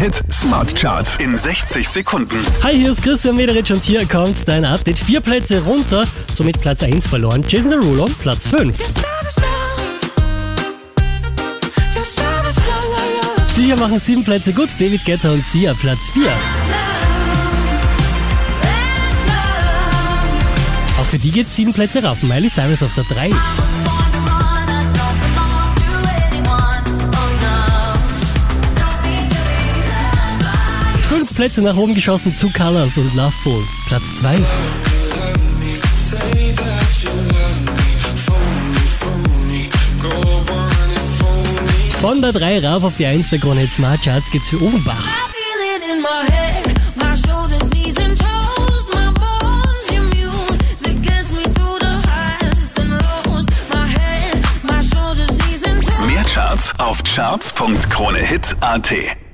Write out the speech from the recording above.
Hit Smart Charts in 60 Sekunden. Hi, hier ist Christian Mederitsch und hier kommt dein Update. 4 Plätze runter, somit Platz 1 verloren. Jason Derulo, Platz 5. Die hier machen 7 Plätze gut. David Guetta und Sia, Platz 4. Auch für die geht's 7 Plätze rauf. Miley Cyrus auf der 3. 5 Plätze nach oben geschossen, Two Colors und Loveful, Platz 2. Von der 3 rauf auf die 1 der Krone Hit Smart Charts geht's für Offenbach. Mehr Charts auf charts.kronehit.at.